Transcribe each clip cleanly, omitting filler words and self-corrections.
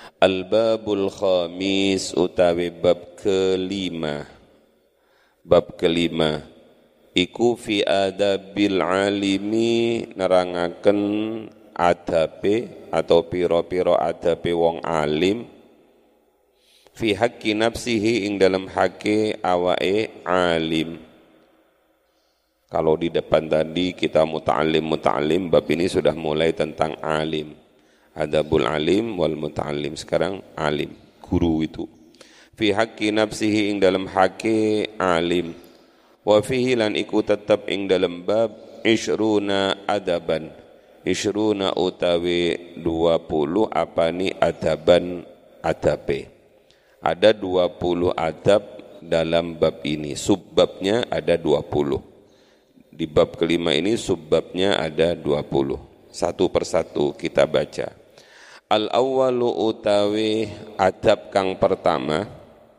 Al-babul khamis utawi bab kelima. Bab kelima iku fi adabil alimi nerangaken adabe atau piro-piro adabe wong alim fi haqqi nafsihi ing dalam haqqi awake alim. Kalau di depan tadi kita muta'allim, bab ini sudah mulai tentang alim. Adabul alim wal muta'allim, sekarang alim, guru itu. Fi haqqi nafsihi ing dalam haqqi alim. Wa fihi lan iku tetep ing dalam bab isyruna adaban. Isyruna utawi 20 apani adaban adabe. Ada 20 adab dalam bab ini. Subbabnya ada 20. Di bab kelima ini subbabnya ada 20. Satu persatu kita baca. Al-awwalu utawi adab kang pertama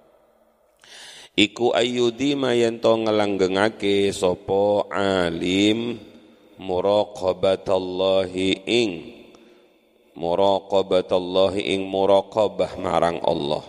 iku ayyudima ento ngelanggengake sapa alim muraqabatallahi ing muraqabah marang Allah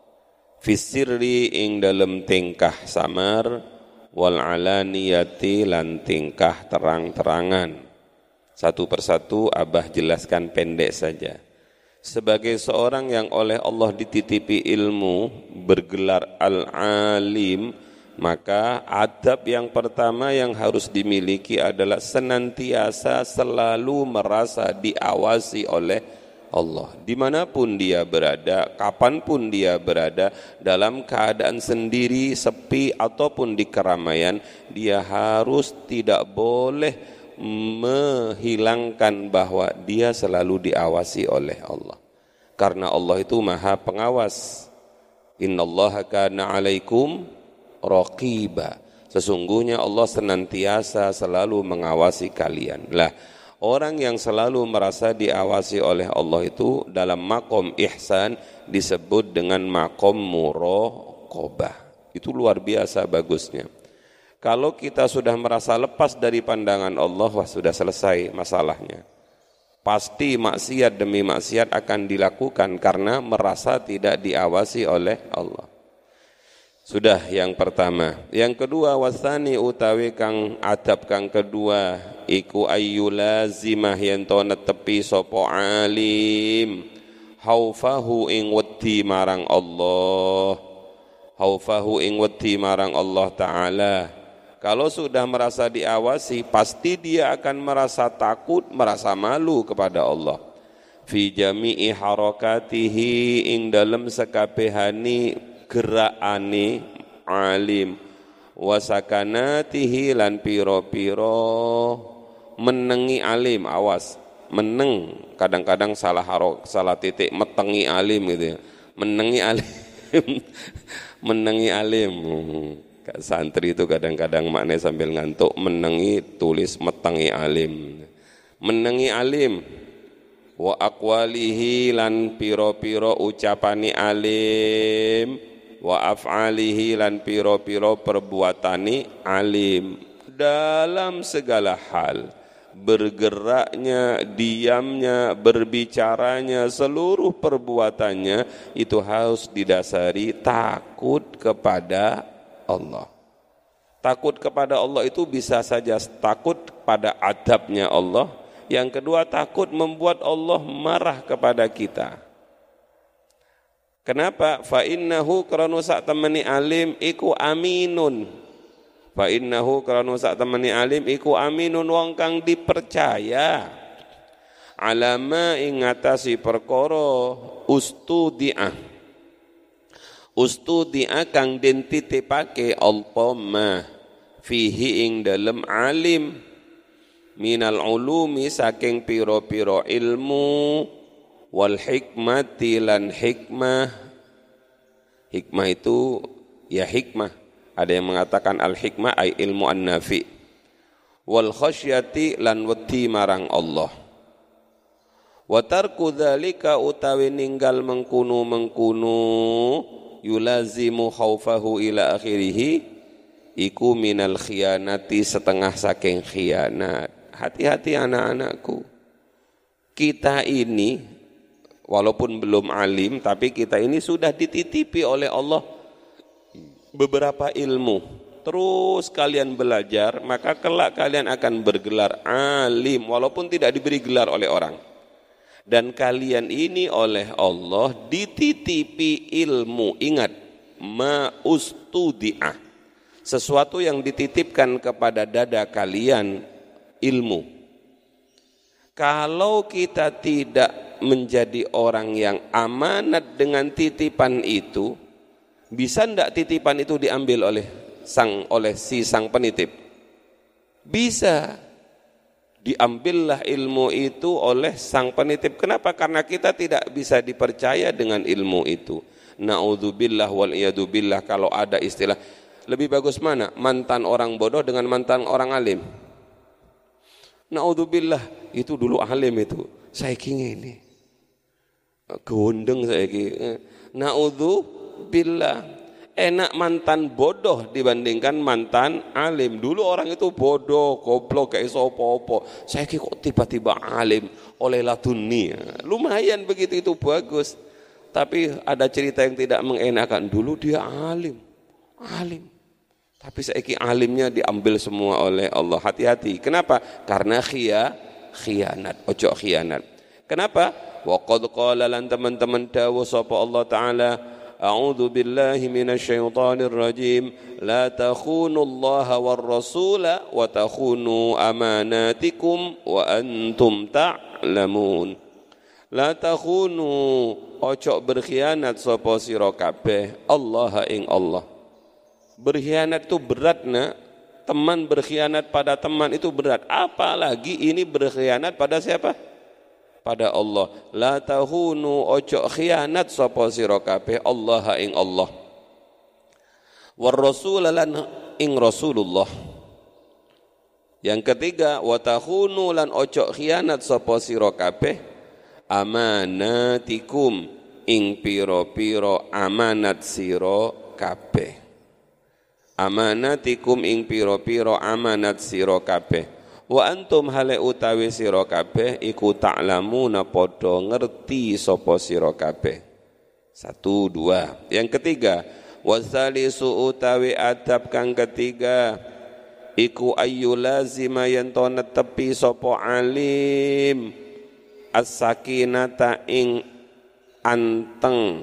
fisirri ing dalem tingkah samar wal alaniyati lan tingkah terang-terangan. Satu persatu Abah jelaskan pendek saja. Sebagai seorang yang oleh Allah dititipi ilmu bergelar al-alim, maka adab yang pertama yang harus dimiliki adalah senantiasa selalu merasa diawasi oleh Allah. Dimanapun dia berada, kapanpun dia berada, dalam keadaan sendiri, sepi ataupun di keramaian, dia harus tidak boleh menghilangkan bahwa dia selalu diawasi oleh Allah. Karena Allah itu Maha Pengawas. Innallaha kana 'alaikum raqiba. Sesungguhnya Allah senantiasa selalu mengawasi kalian. Lah, orang yang selalu merasa diawasi oleh Allah itu dalam makom ihsan disebut dengan makom muraqabah. Itu luar biasa bagusnya. Kalau kita sudah merasa lepas dari pandangan Allah, wah sudah selesai masalahnya. Pasti maksiat demi maksiat akan dilakukan karena merasa tidak diawasi oleh Allah. Sudah yang pertama. Yang kedua, wasani utawi kang adab kang kedua iku ayyulazimah ento netepi sapa alim haufahu ing wedi marang Allah. Haufahu ing wedi marang Allah Ta'ala. Kalau sudah merasa diawasi, pasti dia akan merasa takut, merasa malu kepada Allah. Fi jami'i harakatihi ing dalem sekabehani gerakane alim wa sakanatihi lan piro-piro menengi alim. Awas, meneng kadang-kadang salah titik, metengi alim gitu ya. Menengi alim. Menengi alim. Santri itu kadang-kadang maknanya sambil ngantuk, menengi tulis metengi alim. Menengi alim wa aqwalihi lan piro-piro ucapani alim wa af'alihi lan piro-piro perbuatani alim dalam segala hal, bergeraknya, diamnya, berbicaranya, seluruh perbuatannya itu harus didasari takut kepada Allah. Takut kepada Allah itu bisa saja takut pada adabnya Allah. Yang kedua, takut membuat Allah marah kepada kita. Kenapa? Fa innahu karena sak temani alim iku aminun. Fa innahu karena sak temani alim iku aminun wong kang dipercaya. Alama ing ngatasi perkara ustudi'ah. Ustudi'a kang den titipake alpama fihi ing dalem alim minal ulumi saking piro-piro ilmu wal hikmati lan hikmah. Hikmah itu ya hikmah, ada yang mengatakan al hikmah ay ilmu an-nafi, wal khasyati lan wedi marang Allah. Wa tarku dzalika utawi ninggal mengkunu yulazimu khaufahu ila akhirih iku minal khianati setengah saking khianat. Hati-hati anak-anakku, kita ini Walaupun belum alim, tapi kita ini sudah dititipi oleh Allah beberapa ilmu. Terus kalian belajar, maka kelak kalian akan bergelar alim, walaupun tidak diberi gelar oleh orang. Dan kalian ini oleh Allah dititipi ilmu. Ingat, ma'ustudi'ah, sesuatu yang dititipkan kepada dada kalian, ilmu. Kalau kita tidak menjadi orang yang amanat dengan titipan itu, bisa enggak titipan itu diambil oleh si sang penitip? Bisa. Diambillah ilmu itu oleh sang penitip. Kenapa? Karena kita tidak bisa dipercaya dengan ilmu itu. Na'udzubillah wal iyadzubillah. Kalau ada istilah, lebih bagus mana? Mantan orang bodoh dengan mantan orang alim. Na'udzubillah, itu dulu alim itu. Saya kira ini gondeng saya kira. Na'udzubillah. Enak mantan bodoh dibandingkan mantan alim. Dulu orang itu bodoh, goblok, gak iso apa-apa. Saya kira kok tiba-tiba alim oleh laduni. Lumayan begitu, itu bagus. Tapi ada cerita yang tidak mengenakan. Dulu dia alim. Tapi saya kira alimnya diambil semua oleh Allah. Hati-hati. Kenapa? Karena khianat. Ojo khianat. Kenapa? Wa qad qala lan teman-teman dawuh sapa Allah Ta'ala, A'udzu billahi minasyaitonir rajim. La takhunu Allah war rasula wa takhunu amanatikum wa antum ta'lamun. La takhunu, ojo berkhianat sapa sira kabeh Allah ing Allah. Berkhianat itu berat, nak. Teman berkhianat pada teman itu berat. Apalagi ini berkhianat pada siapa? Pada Allah. La tahunu, ojo khianat sapa sira kabeh Allah ing Allah. War rasul lan ing Rasulullah. Yang ketiga, wa tahunu lan ojo khianat sapa sira kabeh amanatikum ing pira-pira amanat sira kabeh. Amanatikum ing pira-pira amanat sira kabeh. Wa antum hale utawi sira kabeh iku ta'lamuna padha ngerti sapa sira kabeh. 1, 2. Yang ketiga, wasalisu utawi adab kang ketiga iku ayyulazima yen to netepi sapa alim as-sakinata ing anteng,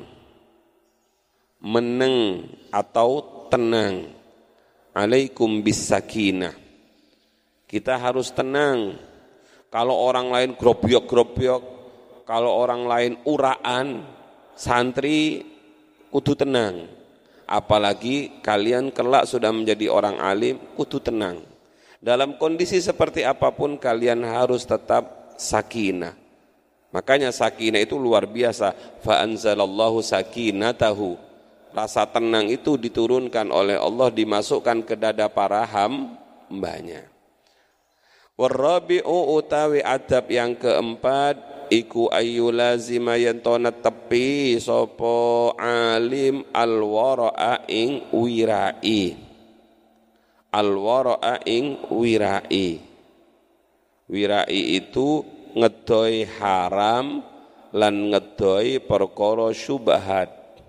meneng atau tenang. Alaikum bis sakinah. Kita harus tenang. Kalau orang lain grobyok-grobyok, kalau orang lain uraan, santri kudu tenang. Apalagi kalian kelak sudah menjadi orang alim, kudu tenang. Dalam kondisi seperti apapun kalian harus tetap sakinah. Makanya sakinah itu luar biasa. Fa anzalallahu sakinatahu. Rasa tenang itu diturunkan oleh Allah, dimasukkan ke dada para hambanya. Warabi'u utawi adab yang keempat iku ayyulazima yen to netepi sapa alim alwara'a ing wirai. Alwara'a ing wirai. Wirai itu ngedoi haram lan ngedoi perkara syubhat.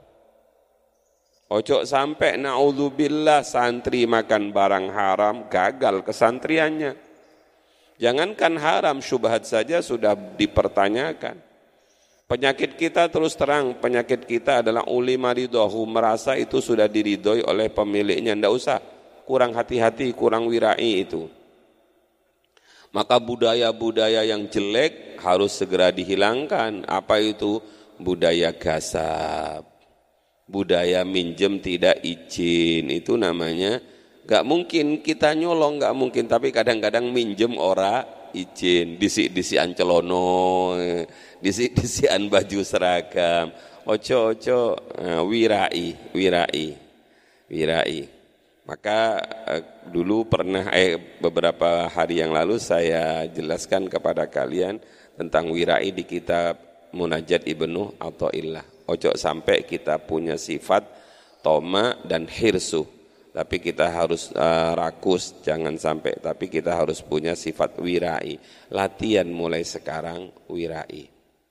Ojo sampai naudzubillah santri makan barang haram, gagal kesantriannya. Jangankan haram, syubhat saja sudah dipertanyakan. Penyakit kita terus terang, penyakit kita adalah ulima ridhahu, merasa itu sudah diridhoi oleh pemiliknya. Tidak usah, kurang hati-hati, kurang wirai itu. Maka budaya-budaya yang jelek harus segera dihilangkan. Apa itu? Budaya gasab, budaya minjem tidak izin, itu namanya. Gak mungkin kita nyolong, gak mungkin, tapi kadang-kadang minjem ora izin, disik-disikan celono, disik-disikan baju seragam, ojo-ojo, wirai. Maka dulu pernah beberapa hari yang lalu saya jelaskan kepada kalian tentang wirai di kitab Munajat Ibnu Athaillah. Ojo sampai kita punya sifat toma dan hirsu. Tapi kita harus rakus, jangan sampai. Tapi kita harus punya sifat wirai. Latihan mulai sekarang wirai.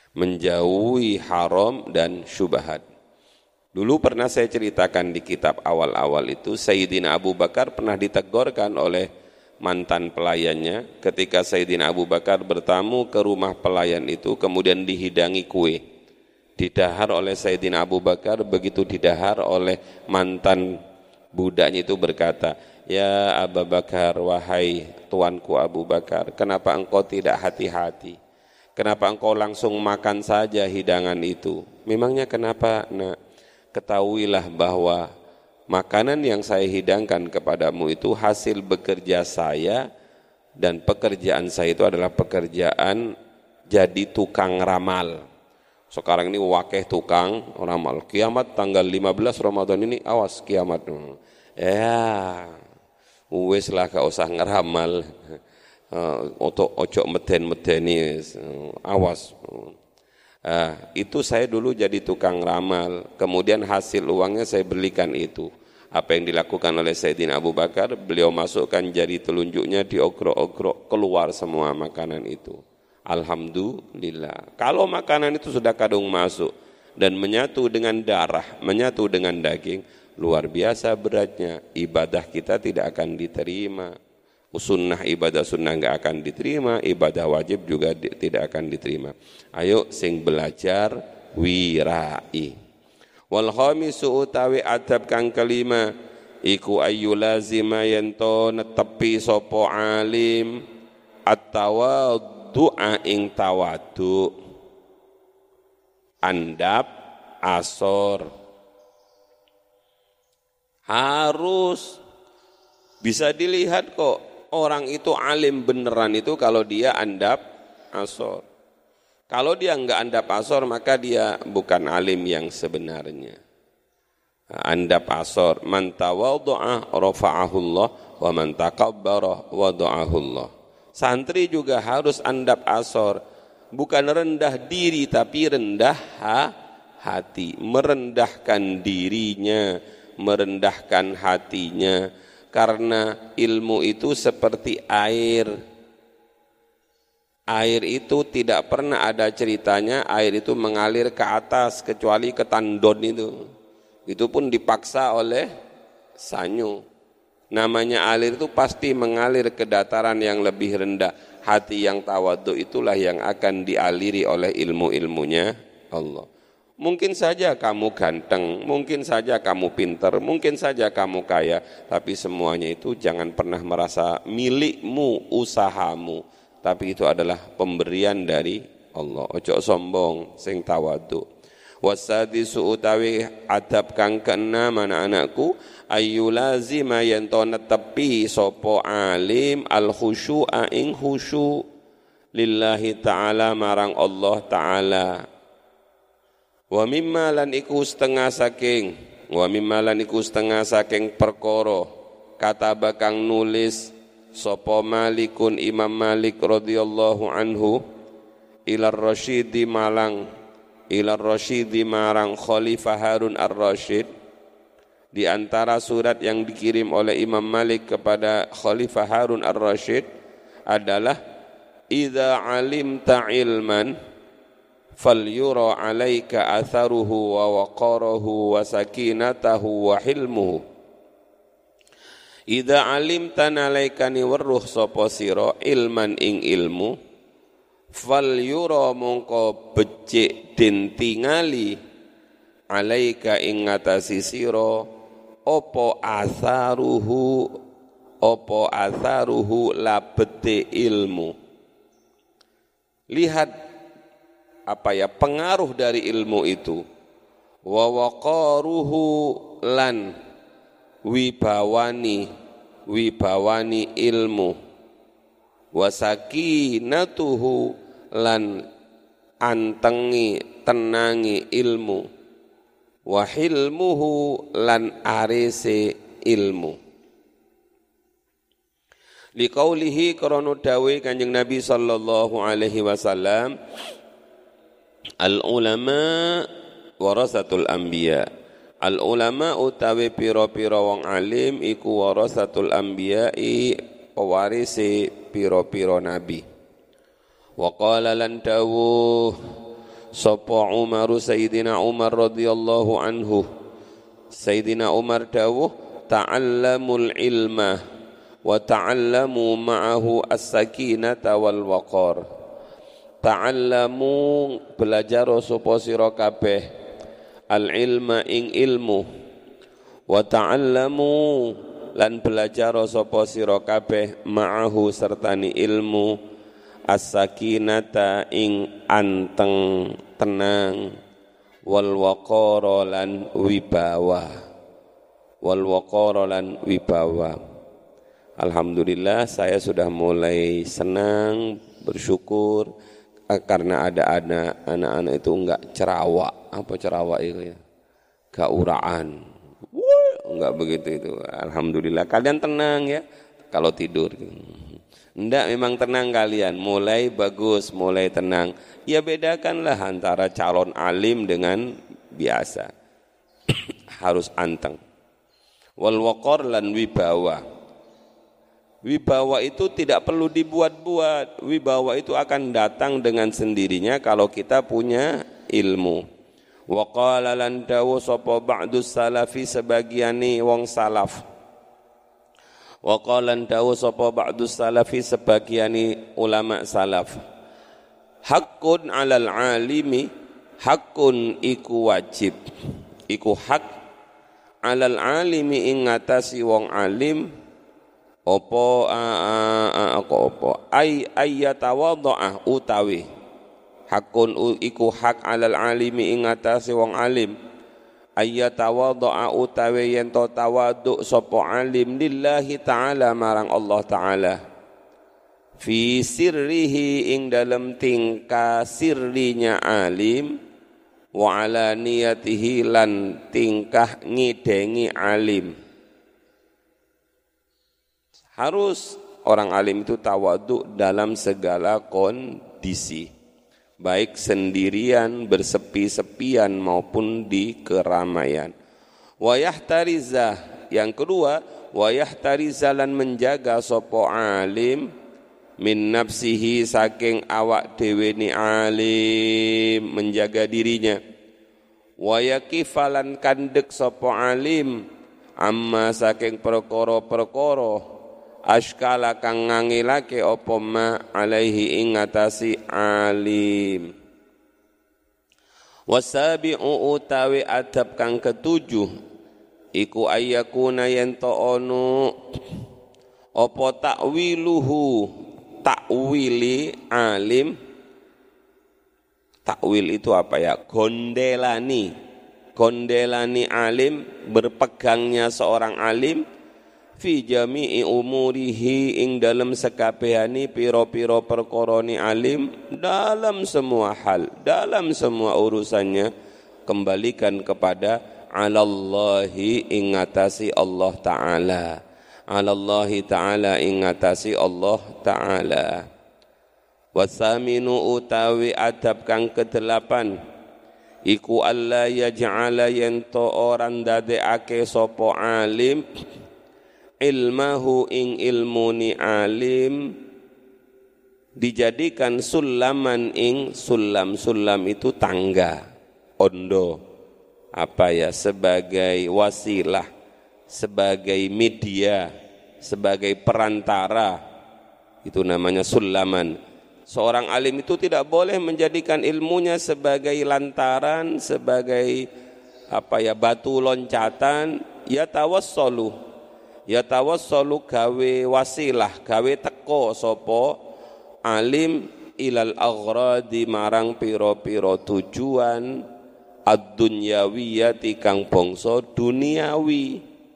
menjauhi haram dan syubhat. Dulu pernah saya ceritakan di kitab awal-awal itu, Sayyidina Abu Bakar pernah ditegurkan oleh mantan pelayannya ketika Sayyidina Abu Bakar bertamu ke rumah pelayan itu, kemudian dihidangi kue. Didahar oleh Sayyidina Abu Bakar, begitu didahar oleh mantan budaknya itu berkata, "Ya Abu Bakar, wahai tuanku Abu Bakar, kenapa engkau tidak hati-hati? Kenapa engkau langsung makan saja hidangan itu? Memangnya kenapa, Nak? Ketahuilah bahwa makanan yang saya hidangkan kepadamu itu hasil bekerja saya, dan pekerjaan saya itu adalah pekerjaan jadi tukang ramal. Sekarang ini wakeh tukang ramal. Kiamat tanggal 15 Ramadan ini, awas kiamat. Ya, wes lah gak usah ngeramal. Ojo meden-medeni, awas. Itu saya dulu jadi tukang ramal, kemudian hasil uangnya saya belikan itu. Apa yang dilakukan oleh Sayyidina Abu Bakar, beliau masukkan jari telunjuknya, diogrok-ogrok, keluar semua makanan itu. Alhamdulillah. Kalau makanan itu sudah kadung masuk dan menyatu dengan darah, menyatu dengan daging, luar biasa beratnya, ibadah kita tidak akan diterima. Sunnah, ibadah sunnah enggak akan diterima, ibadah wajib juga tidak akan diterima. Ayo sing belajar wirai. Wal khamisu utawi adab kang kelima iku ayu lazima yento netepi sapa alim at-tawaddu'a ing tawaddu. Andap asor harus bisa dilihat kok. Orang itu alim beneran itu kalau dia andap asor. Kalau dia enggak andap asor, maka dia bukan alim yang sebenarnya. Andap asor, man tawaddu'a rafa'ahullah wa man takabbara wada'ahullah. Santri juga harus andap asor, bukan rendah diri tapi rendah hati, merendahkan dirinya, merendahkan hatinya. Karena ilmu itu seperti air. Air itu tidak pernah ada ceritanya air itu mengalir ke atas kecuali ke tandon itu. Itu pun dipaksa oleh sanyu. Namanya alir itu pasti mengalir ke dataran yang lebih rendah. Hati yang tawadhu itulah yang akan dialiri oleh ilmu-ilmunya Allah. Mungkin saja kamu ganteng, mungkin saja kamu pintar, mungkin saja kamu kaya, tapi semuanya itu jangan pernah merasa milikmu, usahamu, tapi itu adalah pemberian dari Allah. Ojo sombong, sing tawadhu. Wasadisu utawi adab kang keenam anak-anakku, ayu lazima yen to netepi sapa alim al khusyu'a ing khusyu lillahi ta'ala marang Allah ta'ala. Wa mimma lan iku setengah saking perkara kata bakang nulis sapa Malikun Imam Malik radhiyallahu anhu ilar rasyidi marang Khalifah Harun ar-Rasyid. Di antara surat yang dikirim oleh Imam Malik kepada Khalifah Harun ar-Rasyid adalah idza alimta ilman falyura alaika atharuhu wa waqarahu wa sakinatahu wa hilmuhu. Idza alimta nalaikani weruh sapa sira ilman ing ilmu, falyura mongko becik den tingali alaika ing ngatasi sira apa atharuhu labete ilmu. Lihat pengaruh dari ilmu itu. Wa waqaruhu lan wibawani ilmu. Wa sakinatuhu lan antengi tenangi ilmu. Wa hilmuhu lan arese ilmu. Liqaulihi karana dawuh Kanjeng Nabi sallallahu alaihi wasallam, al ulama warasatul anbiya. Al ulama utawi pira-pira wong alim iku warasatul anbiya'i, pewarisi pira-pira nabi. Wa qala lan dawuh sapa Umaru Sayyidina Umar radhiyallahu anhu. Sayyidina Umar dawuh, ta'allamul ilma wa ta'allamu ma'ahu as-sakinata wal waqar. Ta'allamu belajar sapa sira kabeh al ilma ing ilmu, wa ta'allamu lan belajar sapa sira kabeh ma'ahu sertani ilmu as-sakinata ing anteng tenang wal waqara lan wibawa Alhamdulillah saya sudah mulai senang bersyukur karena ada anak-anak itu enggak cerawak. Apa cerawak itu ya? Gauraan. Enggak begitu itu. Alhamdulillah kalian tenang ya kalau tidur. Enggak, memang tenang kalian, mulai bagus, mulai tenang. Ya bedakanlah antara calon alim dengan biasa. Harus anteng. Wal waqar lan wibawa. Wibawa itu tidak perlu dibuat-buat. Wibawa itu akan datang dengan sendirinya kalau kita punya ilmu. Wa qala lan dawu sapa ba'dus salafi sebagiani wong salaf. Wa qala lan dawu sapa ba'dus salafi sebagiani ulama salaf. Haqqun 'alal 'alimi, haqqun iku wajib. Iku hak 'alal 'alimi ing ngatasi wong alim apa ayyatawadha'ah utawi hakun iku hak alal alimi ing atase wong alim ayyatawadha'a utawi yen to tawadhu sapa alim lillahi ta'ala marang Allah ta'ala fi sirrihi ing dalem tingkah sirrinya alim wa ala niyatihi lan tingkah ngidengi alim. Harus orang alim itu tawadhu dalam segala kondisi, baik sendirian, bersepi-sepian maupun di keramaian. Wa yahtariza, yang kedua, wa yahtariza lan menjaga sapa alim min nafsihi saking awak dhewe ni alim, menjaga dirinya. Wa yakifalan kandek sapa alim amma saking perkara-perkara askala kang ngangilake apa ma alaihi ing ngatasi alim. Wasabi'u utawi adab kang ketujuh iku ayyakuna yento ono apa takwiluhu takwili alim. Takwil itu apa ya? Gondelani alim, berpegangnya seorang alim fi jami'i umurihi ing dalam sekabehani piro-piro perkoroni alim dalam semua hal, dalam semua urusannya kembalikan kepada alallahi ing ngatasi Allah Ta'ala, alallahi Ta'ala ing ngatasi Allah Ta'ala. Wasaminu utawi adab kang kedelapan iku alla yaj'ala yento orang dadekake sopo alim ilmahu ing ilmuni alim dijadikan sulaman ing sulam itu tangga ondo apa ya, sebagai wasilah, sebagai media, sebagai perantara, itu namanya sulaman. Seorang alim itu tidak boleh menjadikan ilmunya sebagai lantaran, sebagai apa ya, batu loncatan. Yatawassalu gawe wasilah, gawe teko sopo alim ilal aghradi marang piro-piro tujuan ad-dunyawiyati kang bangsa duniawi,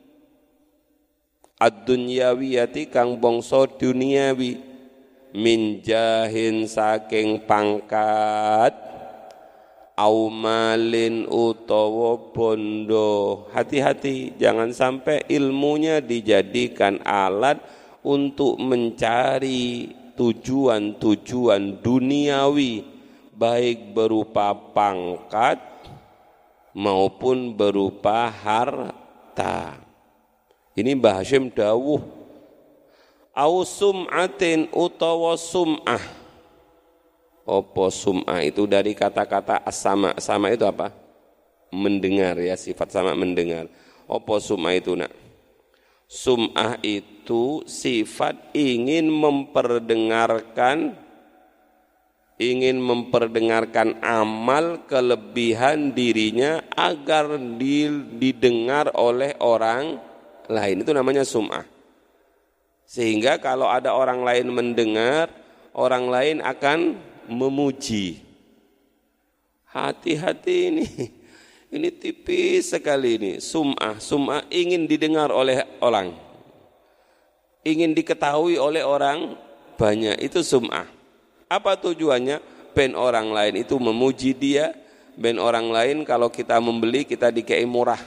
ad-dunyawiyati kang bangsa duniawi, min jahin saking pangkat au malin utawa bondo. Hati-hati, jangan sampai ilmunya dijadikan alat untuk mencari tujuan-tujuan duniawi, baik berupa pangkat maupun berupa harta. Ini Mbah Hashim dawuh, au sum'atin utawa sum'ah. Opo sum'ah itu dari kata-kata as-sama. Sama itu apa? Mendengar ya, sifat sama mendengar. Opo sum'ah itu nak? Sum'ah itu sifat ingin memperdengarkan amal kelebihan dirinya agar didengar oleh orang lain. Itu namanya sum'ah. Sehingga kalau ada orang lain mendengar, orang lain akan memuji. Hati-hati ini tipis sekali ini. Sum'ah ingin didengar oleh orang, ingin diketahui oleh orang banyak, itu sum'ah. Apa tujuannya? Ben orang lain itu memuji dia, ben orang lain kalau kita membeli kita dikei murah.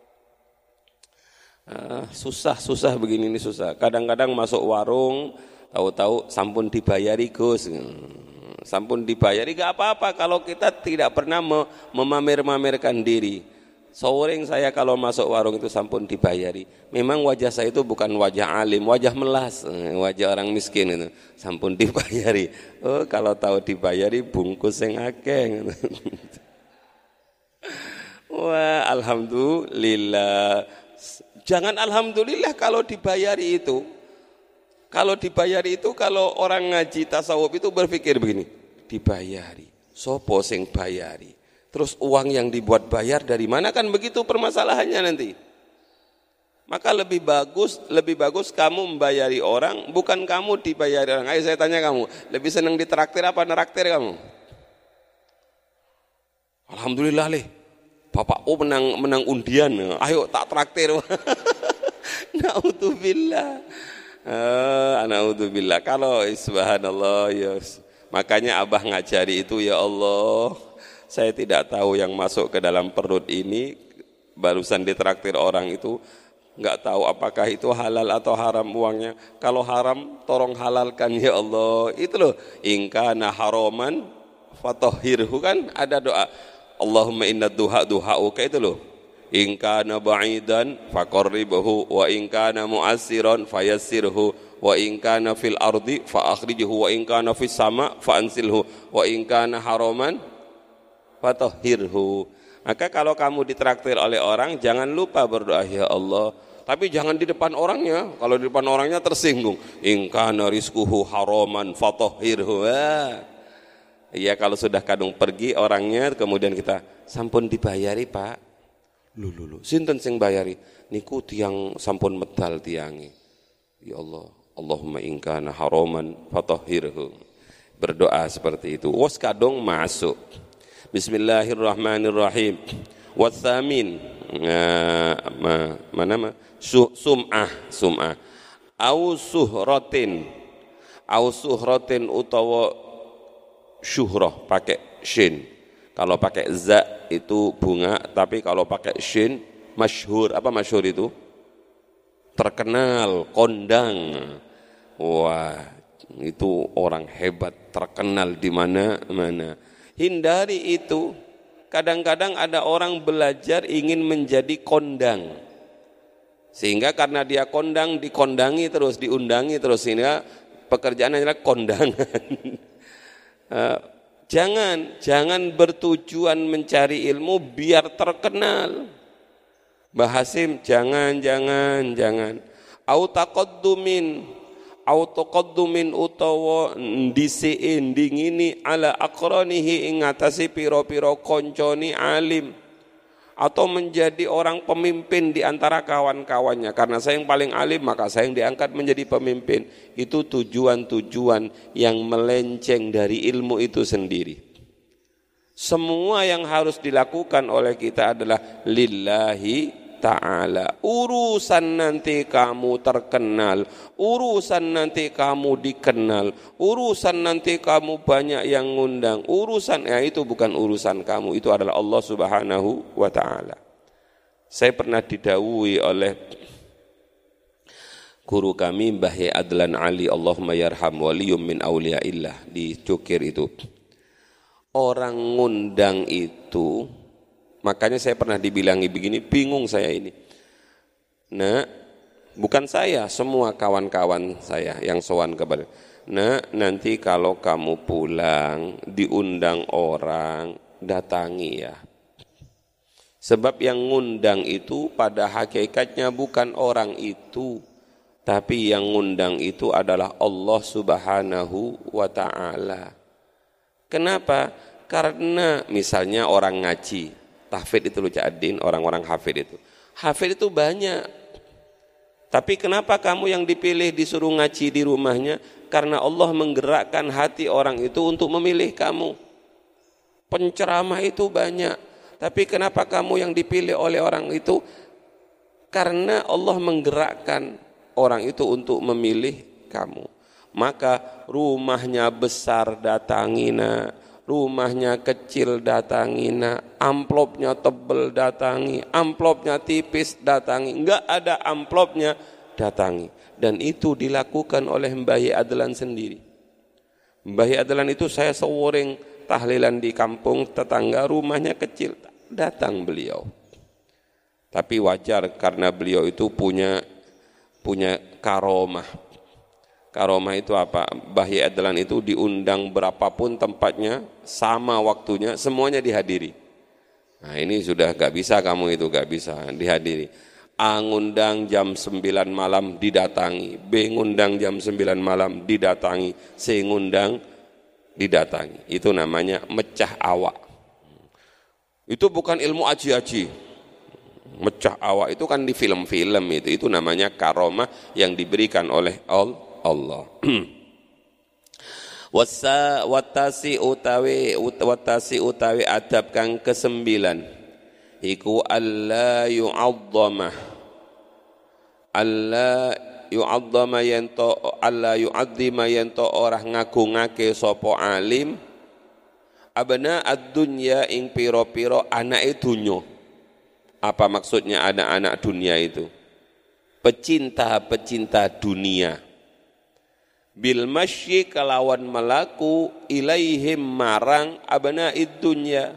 Susah begini ini susah. Kadang-kadang masuk warung, tahu-tahu sampun dibayari Gus. Sampun dibayari gak apa-apa kalau kita tidak pernah memamer-mamerkan diri. Sering saya kalau masuk warung itu sampun dibayari. Memang wajah saya itu bukan wajah alim, wajah melas, wajah orang miskin itu. Sampun dibayari. Oh, kalau tahu dibayari bungkus yang akeh. Wah, alhamdulillah. Jangan alhamdulillah kalau dibayari itu. Kalau dibayari itu, kalau orang ngaji tasawuf itu berpikir begini, dibayari, sopo sing bayari, terus uang yang dibuat bayar dari mana, kan begitu permasalahannya nanti. Maka lebih bagus kamu membayari orang, bukan kamu dibayari orang. Ayo saya tanya kamu, lebih senang ditraktir apa neraktir kamu? Alhamdulillah leh, Bapak menang undian, ayo tak traktir. Naudzubillah. Anaudzubillah. Kalau subhanallah ya. Makanya Abah ngajari itu, ya Allah, saya tidak tahu yang masuk ke dalam perut ini, barusan ditraktir orang itu, enggak tahu apakah itu halal atau haram uangnya. Kalau haram tolong halalkan ya Allah. Itu loh, in kana haraman fatahhirhu, kan ada doa. Allahumma inna duha'uka itu loh. In kana ba'idan faqarribhu wa in kana mu'assiran fayassirhu wa in kana fil ardi fa akhrijhu wa in kana fis sama fa ansilhu wa in kana haraman fatahhirhu. Maka kalau kamu ditraktir oleh orang, jangan lupa berdoa ya Allah, tapi jangan di depan orangnya. Kalau di depan orangnya tersinggung. In kana rizquhu haraman fatahhirhu. Iya, kalau sudah kadung pergi orangnya, kemudian kita sampun dibayari Pak. Lulu, sinten sing bayari? Niku tiang sampun medal tiangi. Ya Allah, Allahumma in kana haraman fatahhirhu. Berdoa seperti itu. Was kadung masuk. Bismillahirrahmanirrahim. Watsamin. Sum'ah. Au suhratin utawa syuhrah pakai shin. Kalau pakai za itu bunga, tapi kalau pakai shin masyhur. Apa masyhur itu? Terkenal, kondang. Wah, itu orang hebat, terkenal di mana-mana. Hindari itu. Kadang-kadang ada orang belajar ingin menjadi kondang. Sehingga karena dia kondang, dikondangi terus, diundangi terus, sehingga pekerjaannya adalah kondangan. Jangan bertujuan mencari ilmu biar terkenal. Mbah Hasim, jangan. Au taqaddumin utawa ndisiin dingini ala aqranihi ing atase pira-pira kancane alim, atau menjadi orang pemimpin di antara kawan-kawannya. Karena saya yang paling alim, maka saya yang diangkat menjadi pemimpin. Itu tujuan-tujuan yang melenceng dari ilmu itu sendiri. Semua yang harus dilakukan oleh kita adalah lillahi ta'ala. Urusan nanti kamu terkenal, urusan nanti kamu dikenal, urusan nanti kamu banyak yang ngundang, urusan itu bukan urusan kamu, itu adalah Allah Subhanahu wa ta'ala. Saya pernah didhawuhi oleh guru kami Mbah Adlan Ali, Allahumma yarham, waliyum min awliyaillah, di Cukir itu. Orang ngundang itu, makanya saya pernah dibilangi begini, bingung saya ini. Nah, bukan saya, semua kawan-kawan saya yang sowan kepada. Nak, nanti kalau kamu pulang diundang orang, datangi ya. Sebab yang ngundang itu pada hakikatnya bukan orang itu, tapi yang ngundang itu adalah Allah Subhanahu wa ta'ala. Kenapa? Karena misalnya orang ngaji, tahfidz itu Cak Adin, orang-orang hafid itu. Hafid itu banyak. Tapi kenapa kamu yang dipilih disuruh ngaji di rumahnya? Karena Allah menggerakkan hati orang itu untuk memilih kamu. Penceramah itu banyak. Tapi kenapa kamu yang dipilih oleh orang itu? Karena Allah menggerakkan orang itu untuk memilih kamu. Maka rumahnya besar datangi nak, rumahnya kecil datangi nak, amplopnya tebel datangi, amplopnya tipis datangi, enggak ada amplopnya datangi. Dan itu dilakukan oleh Mbah Adlan sendiri. Mbah Adlan itu saya sewering tahlilan di kampung tetangga, rumahnya kecil, datang beliau. Tapi wajar karena beliau itu punya karomah. Karomah itu apa? Mbah Adlan itu diundang berapapun tempatnya, sama waktunya, semuanya dihadiri. Nah ini sudah gak bisa kamu itu, gak bisa dihadiri. A ngundang jam 9 malam didatangi, B ngundang jam 9 malam didatangi, C ngundang didatangi. Itu namanya mecah awak. Itu bukan ilmu aji-aji. Mecah awak itu kan di film-film itu namanya karomah yang diberikan oleh Allah. Watasi utawi adab kang kesembilan iku alla yu'azzama yanto orang ngagungake sapa alim abna ad-dunya ing pira-pira anake donya. Apa maksudnya anak-anak dunia itu? Pecinta-pecinta dunia. Bil masyi kalawan melaku ilaihim marang abnaid dunya.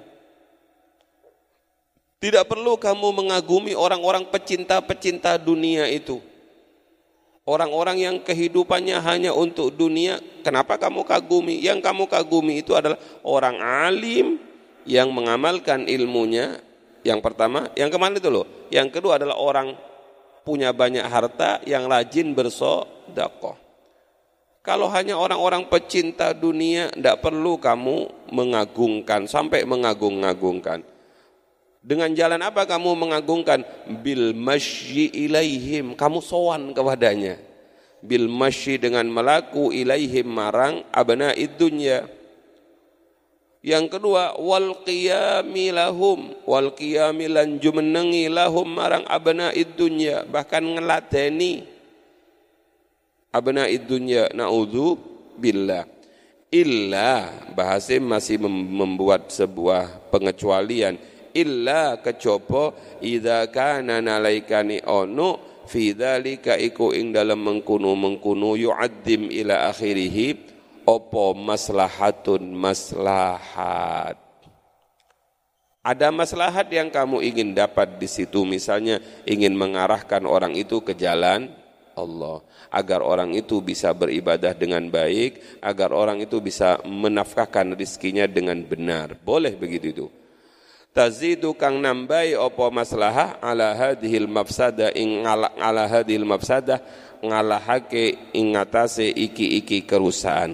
Tidak perlu kamu mengagumi orang-orang pecinta-pecinta dunia itu. Orang-orang yang kehidupannya hanya untuk dunia, kenapa kamu kagumi? Yang kamu kagumi itu adalah orang alim yang mengamalkan ilmunya. Yang pertama, yang kemana itu loh? Yang kedua adalah orang punya banyak harta yang rajin bersedekah. Kalau hanya orang-orang pecinta dunia, tidak perlu kamu mengagungkan, sampai mengagung-agungkan. Dengan jalan apa kamu mengagungkan? Bil masyi ilaihim, kamu sowan kepadanya. Bil masyi dengan melaku ilaihim marang abnaid dunya. Yang kedua, wal qiyami lahum, wal qiyami lan jumenengi lahum marang abnaid dunya, bahkan ngeladeni abnaid dunya, naudzu billah. Illa, bahasa masih membuat sebuah pengecualian. Illa kejaba idza kana nalaikani ono fi dzalika iku ing dalem mengkono yu'addim ila akhirih apa maslahatun maslahat. Ada maslahat yang kamu ingin dapat di situ, misalnya ingin mengarahkan orang itu ke jalan Allah, agar orang itu bisa beribadah dengan baik, agar orang itu bisa menafkahkan rizkinya dengan benar. Boleh begitu itu. Tazidu kang nambai apa maslahah ala hadhil mafsadah ing ala hadhil mafsadah ngalahake ing ngatasé iki-iki kerusakan.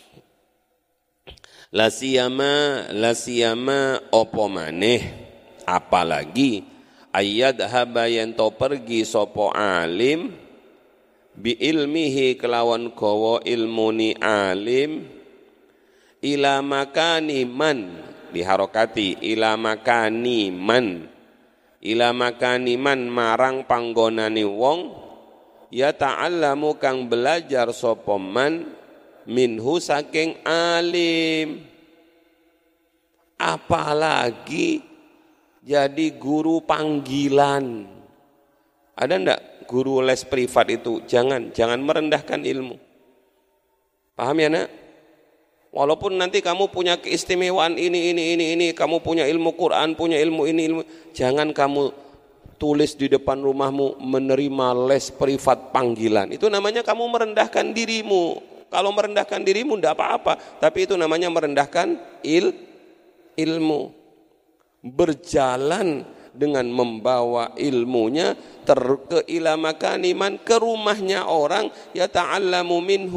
La siyama apa maneh apalagi ayat haba yen to pergi sapa alim bi ilmihi kelawan gawa ilmuni alim ila makani man diharokati ila makani man marang panggonane wong ya ta'allamu kang belajar sapa man minhu saking alim. Apalagi jadi guru panggilan. Ada enggak guru les privat itu? Jangan merendahkan ilmu. Paham ya nak? Walaupun nanti kamu punya keistimewaan ini, kamu punya ilmu Quran, punya ilmu ini, jangan kamu tulis di depan rumahmu menerima les privat panggilan. Itu namanya kamu merendahkan dirimu. Kalau merendahkan dirimu tidak apa-apa, tapi itu namanya merendahkan ilmu. Berjalan dengan membawa ilmunya ke ila makaniman, ke rumahnya orang, yata'allamu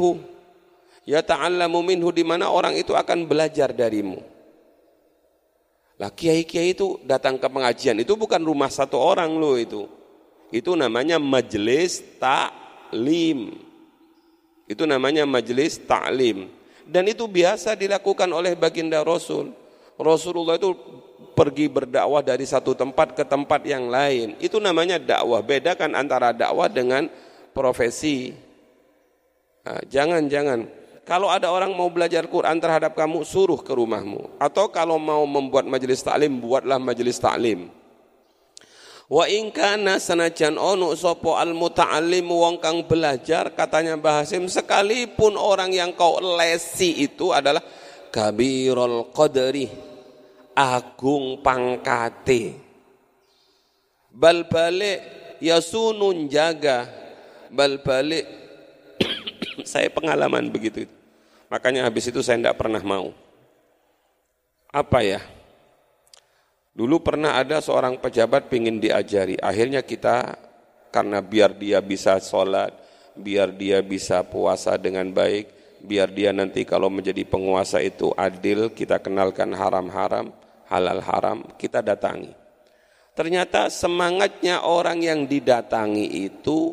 minhu, di mana orang itu akan belajar darimu. Lah kiai-kiai itu datang ke pengajian itu bukan rumah satu orang loh itu. Itu namanya majelis taklim. Itu namanya majelis taklim. Dan itu biasa dilakukan oleh baginda Rasul. Rasulullah itu pergi berdakwah dari satu tempat ke tempat yang lain. Itu namanya dakwah. Bedakan antara dakwah dengan profesi. Nah, jangan. Kalau ada orang mau belajar Quran terhadap kamu, suruh ke rumahmu. Atau kalau mau membuat majelis taklim, buatlah majelis taklim. Wa in kana sanajan ono sapa al muta'allim wong kang belajar, katanya Mbah Hasim, sekalipun orang yang kau lesi itu adalah kabirul qadri, agung pangkate. Bal balik yasunun jaga, bal balik saya pengalaman begitu. Makanya habis itu saya tidak pernah mau. Apa ya? Dulu pernah ada seorang pejabat pingin diajari. Akhirnya kita, karena biar dia bisa sholat, biar dia bisa puasa dengan baik, biar dia nanti kalau menjadi penguasa itu adil, kita kenalkan haram-haram, halal-haram, kita datangi. Ternyata semangatnya orang yang didatangi itu,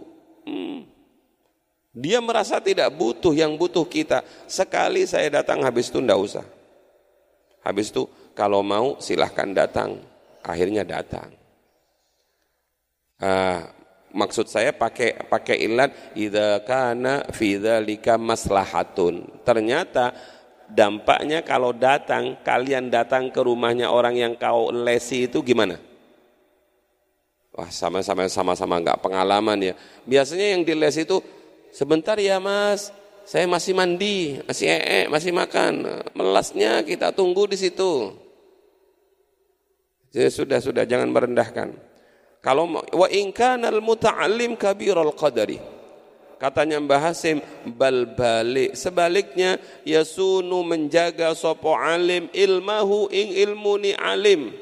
dia merasa tidak butuh, yang butuh kita. Sekali saya datang, habis itu enggak usah. Habis itu kalau mau silahkan datang. Akhirnya datang. Maksud saya pakai ilat idza kana fi dzalika maslahatun. Ternyata dampaknya kalau datang, kalian datang ke rumahnya orang yang kau lesi itu gimana? Wah, sama-sama enggak pengalaman ya. Biasanya yang diles itu, sebentar ya mas, saya masih mandi, masih makan. Melasnya kita tunggu di situ. Ya, sudah, jangan merendahkan. Kalau wa in kana al muta'allim kabirul qadari. Katanya Mbah Hasim, bal balik, sebaliknya yasunu menjaga sapa alim ilmahu ing ilmuni alim.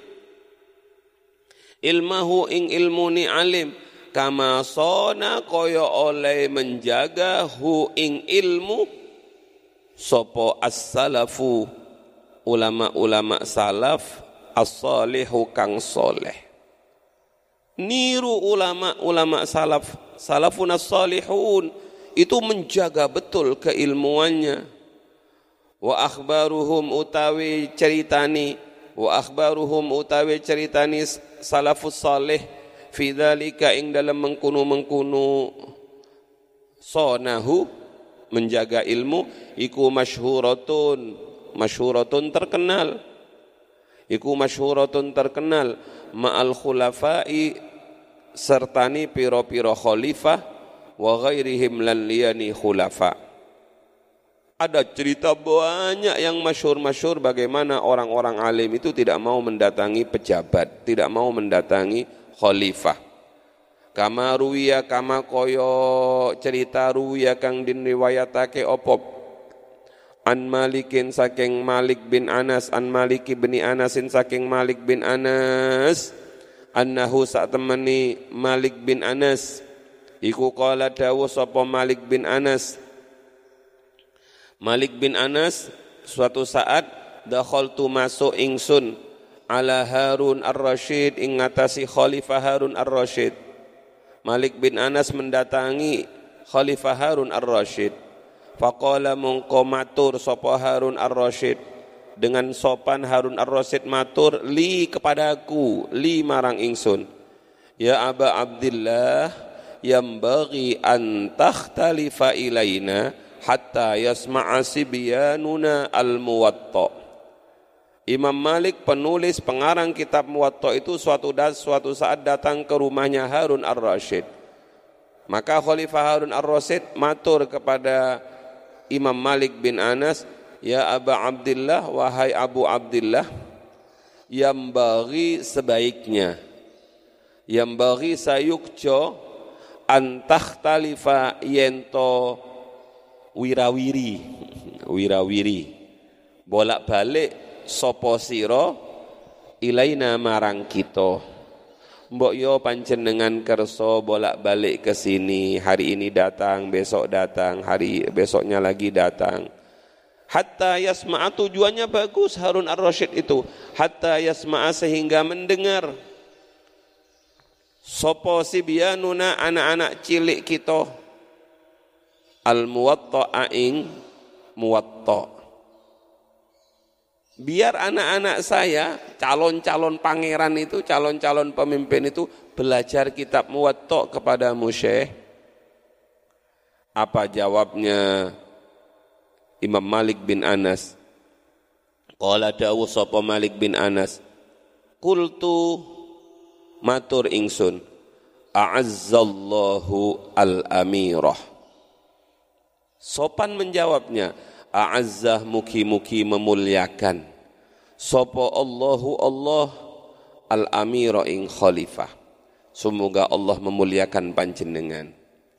Ilmahu ing ilmuni alim. Kama sona kaya oleh menjaga hu ing ilmu sopo as-salafu, ulama-ulama salaf, as-salihu kang soleh. Niru ulama-ulama salaf, salafun as-salihun, itu menjaga betul keilmuannya. Wa akhbaruhum utawi ceritani salafus salih fi dzalika ing dalam mengkunu sonahu menjaga ilmu iku masyhuratun terkenal ma'al khulafai sertani piro-piro khalifah wa ghairihim lan liyani khulafa. Ada cerita banyak yang masyhur bagaimana orang-orang alim itu tidak mau mendatangi pejabat, tidak mau mendatangi khalifah. Kama ruwiya kama koyo cerita ruwiya kang dinriwayatake opop an Malikin saking Malik bin Anas, an Maliki bin Anasin saking Malik bin Anas, annahu sak temeni Malik bin Anas iku qala dawu sapa Malik bin Anas suatu saat dakhaltu masuk ingsun ala Harun ar-Rasyid ing ngatasi Khalifah Harun ar-Rasyid. Malik bin Anas mendatangi Khalifah Harun ar-Rasyid. Faqala mongko matur sapa Harun ar-Rasyid, dengan sopan Harun ar-Rasyid matur li kepadaku, li marang ingsun, ya Aba Abdillah yambaghi an takhtalifa ilaina hatta yasma'a sibyanuna al-Muwatta. Imam Malik penulis pengarang kitab Muwatta itu suatu saat datang ke rumahnya Harun ar-Rasyid. Maka Khalifah Harun ar-Rasyid matur kepada Imam Malik bin Anas, ya Aba Abdillah, wahai Abu Abdillah, yambaghi sebaiknya, yambaghi sayukjo antakhtalifa yento wirawiri bolak-balik sapa sira ilaina marang kita. Mbok yo panjenengan kersa bolak-balik ke sini, hari ini datang, besok datang, hari besoknya lagi datang. Hatta yasma'a, tujuannya bagus Harun ar-Rasyid itu. Hatta yasma'a, sehingga mendengar. Sopo sibyanuna, anak-anak cilik kita. Al-muwatta'a ing muwatta'. Biar anak-anak saya, calon-calon pangeran itu, calon-calon pemimpin itu belajar kitab Muwatta' kepada Syekh. Apa jawabnya Imam Malik bin Anas? Qala dawuh sapa Malik bin Anas, qultu matur ingsun, a'azzallahu al-amirah. Sopan menjawabnya, a'azzah, mugi-mugi memuliakan. Sopo Allahu Allah al-amira ing khalifah. Semoga Allah memuliakan panjenengan.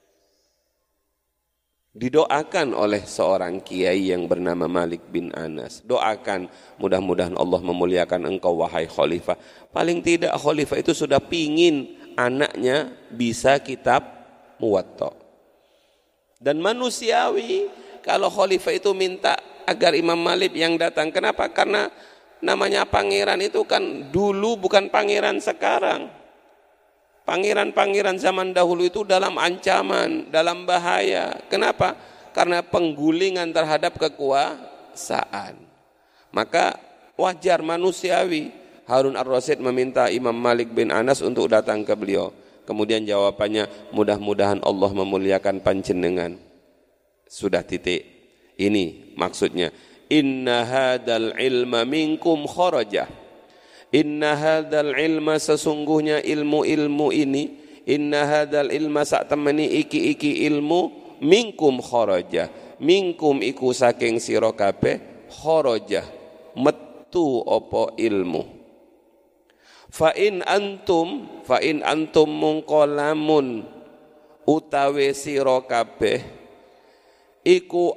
Didoakan oleh seorang kiai yang bernama Malik bin Anas. Doakan, mudah-mudahan Allah memuliakan engkau wahai khalifah. Paling tidak khalifah itu sudah pingin anaknya bisa kitab Muwatta. Dan manusiawi kalau khalifah itu minta agar Imam Malik yang datang. Kenapa? Karena namanya pangeran itu kan dulu bukan pangeran sekarang. Pangeran-pangeran zaman dahulu itu dalam ancaman, dalam bahaya. Kenapa? Karena penggulingan terhadap kekuasaan. Maka wajar manusiawi Harun ar-Rasyid meminta Imam Malik bin Anas untuk datang ke beliau. Kemudian jawabannya, mudah-mudahan Allah memuliakan panjenengan. Sudah titik. Ini maksudnya. Inna hadal ilma minkum kharaja. Inna hadal ilma, sesungguhnya ilmu-ilmu ini, inna hadal ilma sak temeni iki ilmu minkum kharaja. Minkum iku saking sira kabeh, kharaja metu apa ilmu. Fa in antum mungkolamun utawe sira kabeh iku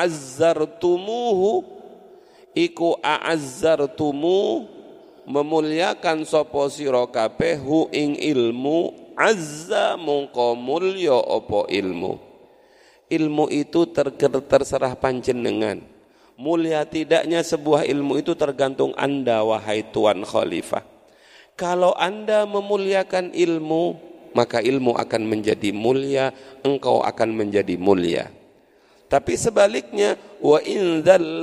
a'azzartumu memuliakan sapa sira kabeh hu ing ilmu, azza mongko mulya apa ilmu. Ilmu itu terserah panjenengan. Mulia tidaknya sebuah ilmu itu tergantung Anda wahai tuan khalifah. Kalau Anda memuliakan ilmu, maka ilmu akan menjadi mulia, engkau akan menjadi mulia. Tapi sebaliknya, wa in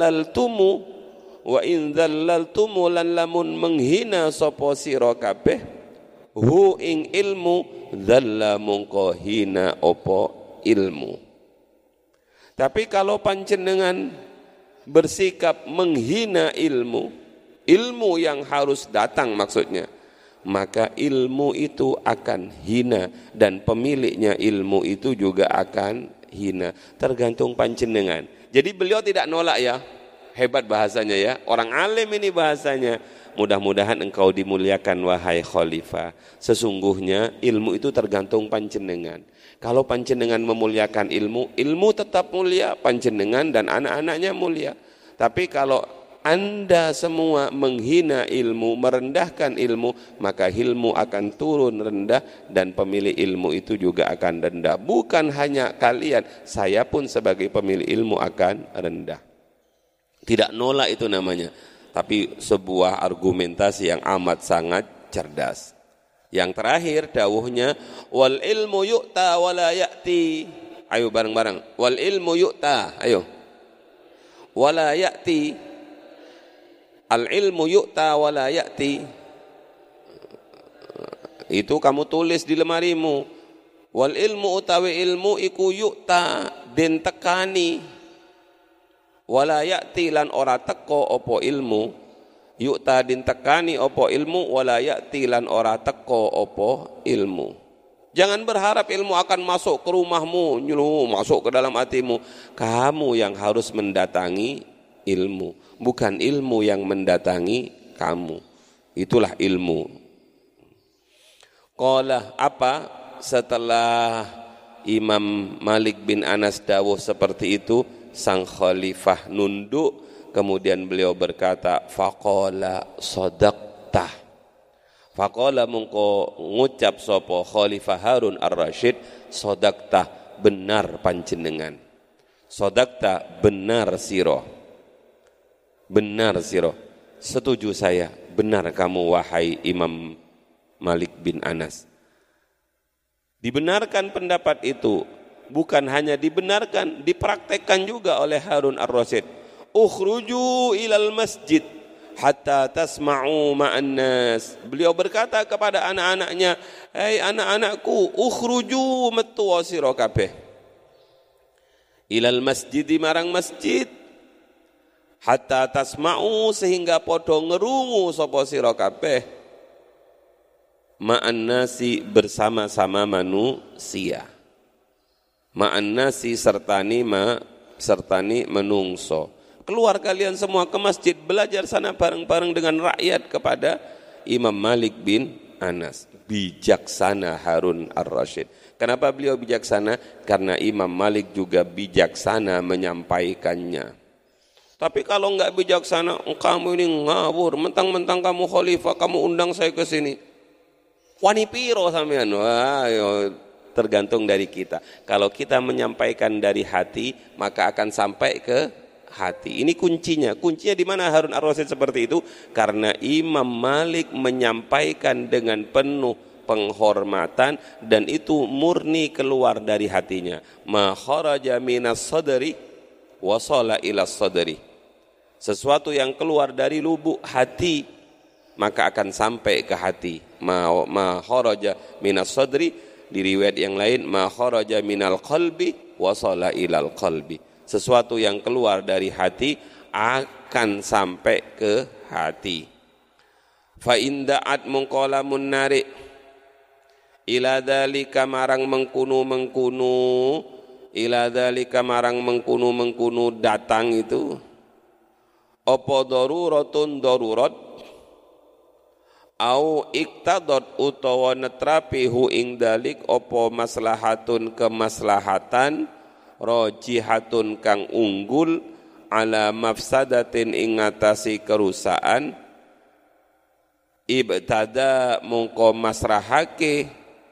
dzallaltumu lan lamun menghina sapa sira kabeh hu ing ilmu, dzalla mungko hina apa ilmu. Tapi kalau panjenengan bersikap menghina ilmu yang harus datang maksudnya, maka ilmu itu akan hina dan pemiliknya ilmu itu juga akan hina, tergantung panjenengan. Jadi beliau tidak nolak ya, hebat bahasanya ya, orang alim ini bahasanya. Mudah-mudahan engkau dimuliakan wahai khalifah. Sesungguhnya ilmu itu tergantung panjenengan. Kalau panjenengan memuliakan ilmu, ilmu tetap mulia, panjenengan dan anak-anaknya mulia. Tapi kalau Anda semua menghina ilmu, merendahkan ilmu, maka ilmu akan turun rendah dan pemilik ilmu itu juga akan rendah. Bukan hanya kalian, saya pun sebagai pemilik ilmu akan rendah. Tidak nolak itu namanya, tapi sebuah argumentasi yang amat sangat cerdas. Yang terakhir dawuhnya, wal ilmu yu'ta wala ya'ti. Ayo bareng-bareng, wal ilmu yu'ta, ayo. Wala ya'ti. Al-ilmu yu'ta wa la ya'ti. Itu kamu tulis di lemarimu. Wal ilmu utawi ilmu iku yu'ta den tekani. Wa la ya'ti lan ora teko apa ilmu. Yu'ta den tekani apa ilmu, wa la ya'ti lan ora teko apa ilmu. Jangan berharap ilmu akan masuk ke rumahmu, masuk ke dalam hatimu. Kamu yang harus mendatangi ilmu, bukan ilmu yang mendatangi kamu. Itulah ilmu. Qala, apa setelah Imam Malik bin Anas dawuh seperti itu, sang khalifah nunduk, kemudian beliau berkata, faqala sadaqta. Faqala mungko ngucap sapa Khalifah Harun Ar-Rasyid, sadaqta, benar panjenengan. Sadaqta, benar sira. Benar sira. Setuju saya, benar kamu wahai Imam Malik bin Anas. Dibenarkan pendapat itu, bukan hanya dibenarkan, dipraktekkan juga oleh Harun Ar-Rasyid. Ukhruju ilal masjid hatta tasma'u ma'an nas. Beliau berkata kepada anak-anaknya, "Hei anak-anakku, ukhruju metu sira kabeh. Ilal masjid, marang masjid. Hatta tasma'u, sehingga padha ngerungu sapa sira kabeh. Ma'an nasi, bersama-sama manusia. Ma'an nasi, sertani menungso. Keluar kalian semua ke masjid, belajar sana bareng-bareng dengan rakyat kepada Imam Malik bin Anas." Bijaksana Harun Ar-Rasyid. Kenapa beliau bijaksana? Karena Imam Malik juga bijaksana menyampaikannya. Tapi kalau enggak bijaksana, kamu ini ngawur, mentang-mentang kamu khalifah, kamu undang saya ke sini. Wani piro sampean? Wah, tergantung dari kita. Kalau kita menyampaikan dari hati, maka akan sampai ke hati. Ini kuncinya. Kuncinya di mana Harun Ar-Rasyid seperti itu? Karena Imam Malik menyampaikan dengan penuh penghormatan dan itu murni keluar dari hatinya. Ma kharaja minas sadri wasala ila sadri. Sesuatu yang keluar dari lubuk hati maka akan sampai ke hati. Ma kharaja minas sadri, di riwayat yang lain ma kharaja minal qalbi wasala ilal qalbi. Sesuatu yang keluar dari hati akan sampai ke hati. Fa inda'at mungqalamun nari ila dzalika marang mengkunu ila dzalika marang mengkunu datang itu apa daruratun darurat au iktadot utawa netrapi hu ing dalik apa maslahatun kemaslahatan rajihatun kang unggul ala mafsadatin ing ngatasi kerusakan ibtada mongko masrahake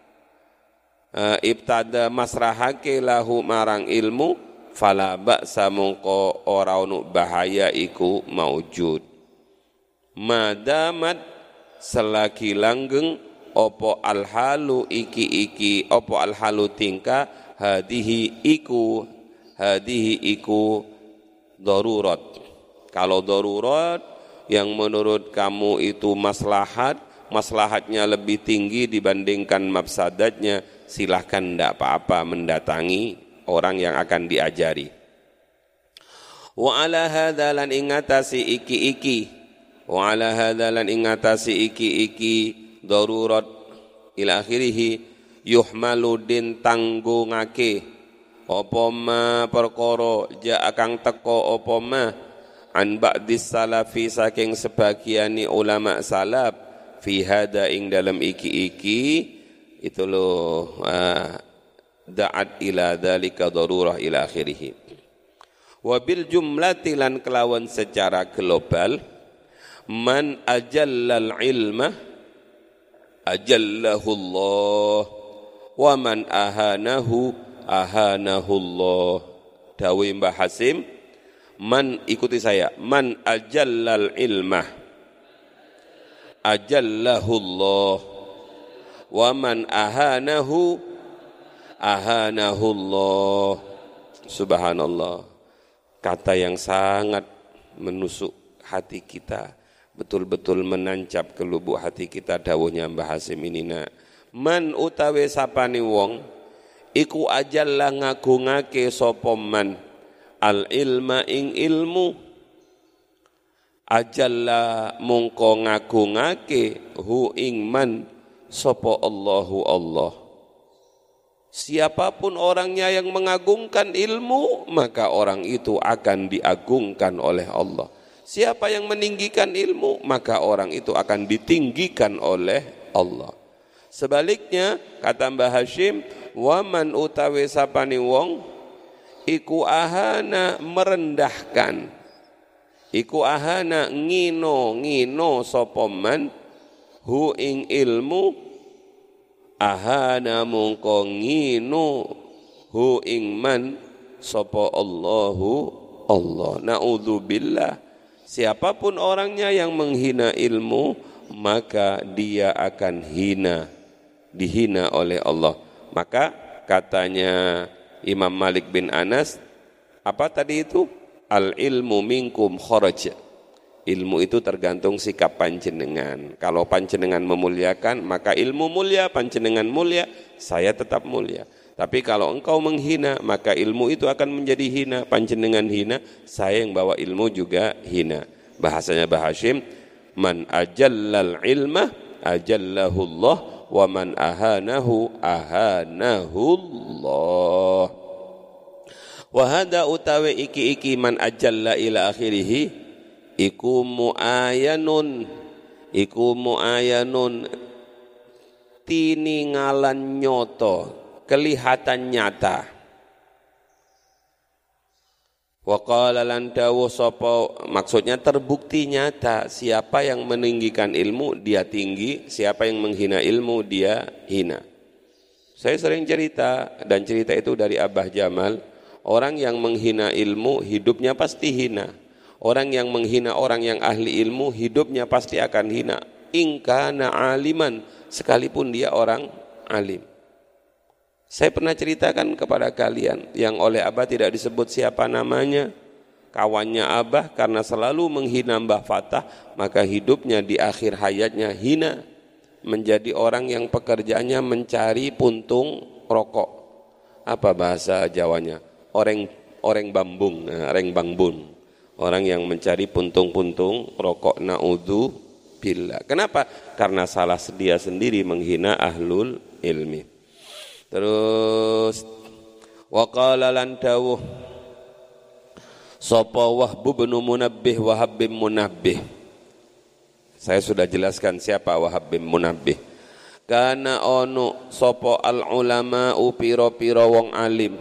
ibtada masrahake lahu marang ilmu fala ba'sa mongko ora ono bahaya iku maujud madamat selagi langgeng opo alhalu iki opo alhalu tingkah hadihi iku darurat. Kalau darurat yang menurut kamu itu maslahatnya lebih tinggi dibandingkan mafsadatnya, silahkan tidak apa-apa mendatangi orang yang akan diajari. Wa ala hadza lan ingatasi iki wa ala hadza lan ingatasi iki darurat ila akhirih yuhmalu din tanggungake apa ma perkara ja kang teko apa ma an ba'dis salafi saking sebagiani ulama salaf fi hada ing dalam iki itu loh da'at ila dzalika darurah ila akhirih. Wa bil jumlati lan kelawan secara global man ajallal ilma ajallahu Allah wa man ahanahu Allah. Dawe Mbah Hasim, man, ikuti saya, man ajallal ilma ajallahu Allah wa man ahanahu Allah. Subhanallah, kata yang sangat menusuk hati kita, betul-betul menancap ke lubuk hati kita. Dawuhnya Mbah Hasim ini, nak, man utawi sapane wong iku ajalla ngagungake sapa man al ilma ing ilmu ajalla mungko ngagungake hu ing man sapa Allahu Allah. Siapapun orangnya yang mengagungkan ilmu, maka orang itu akan diagungkan oleh Allah. Siapa yang meninggikan ilmu, maka orang itu akan ditinggikan oleh Allah. Sebaliknya, kata Mbah Hashim, waman utawi sapani wong iku ahana merendahkan, iku ahana ngino sapa man hu ing ilmu, ahana mungko ngino hu ing man sapa Allahu Allah. Na'udzubillah, siapapun orangnya yang menghina ilmu, maka dia akan dihina oleh Allah. Maka katanya Imam Malik bin Anas, apa tadi itu? Al ilmu minkum kharaj. Ilmu itu tergantung sikap panjenengan. Kalau panjenengan memuliakan, maka ilmu mulia, panjenengan mulia, saya tetap mulia. Tapi kalau engkau menghina, maka ilmu itu akan menjadi hina, panjenengan hina, saya yang bawa ilmu juga hina. Bahasanya Mbah Hashim, man ajallal ilma ajallahullah wa man ahanahu ahanahullah. Wa hada utawi iki man ajalla ila akhirih iku muayanun tiningalan nyoto, kelihatan nyata. Wa qala lan dawuh sapa, maksudnya terbukti nyata, siapa yang meninggikan ilmu dia tinggi, siapa yang menghina ilmu dia hina. Saya sering cerita, dan cerita itu dari Abah Jamal, orang yang menghina ilmu hidupnya pasti hina. Orang yang menghina orang yang ahli ilmu hidupnya pasti akan hina. In kana aliman, sekalipun dia orang alim. Saya pernah ceritakan kepada kalian yang oleh Abah tidak disebut siapa namanya, kawannya Abah karena selalu menghina Mbah Fatah, maka hidupnya di akhir hayatnya hina, menjadi orang yang pekerjaannya mencari puntung rokok. Apa bahasa Jawanya? Oreng bambung, oreng bangbun. Orang yang mencari puntung-puntung rokok, na'udzubillah. Kenapa? Karena salah dia sendiri menghina ahlul ilmi. Terus waqala lan dawuh sapa Wahb bin Munabbih, Wahab bin Munabbih. Saya sudah jelaskan siapa Wahab bin Munabbih. Kana ono sapa al ulama pira-pira wong alim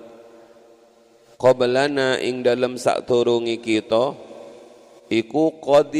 qablana ing dalem sakturungi kita iku qad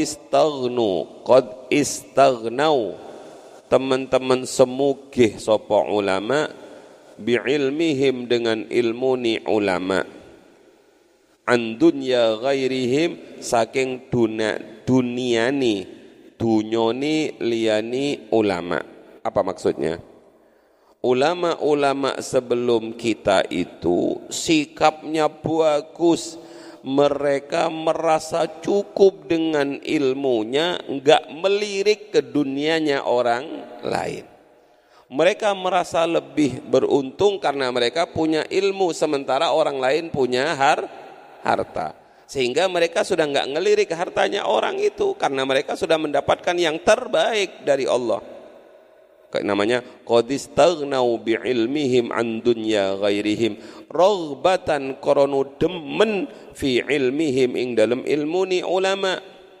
istaghnau teman-teman semugih sapa ulama bi'ilmihim dengan ilmu ni ulama an dunya ghairihim saking dunyani liyani ulama. Apa maksudnya? Ulama-ulama sebelum kita itu sikapnya bagus, mereka merasa cukup dengan ilmunya, enggak melirik ke dunianya orang lain. Mereka merasa lebih beruntung karena mereka punya ilmu, sementara orang lain punya harta. Sehingga mereka sudah enggak ngelirik hartanya orang itu, karena mereka sudah mendapatkan yang terbaik dari Allah. Namanya qad istaghnau bi'ilmihim an dunya ghairihim raghbatan koronu demen fi ilmihim ing dalam ilmu ni ulama.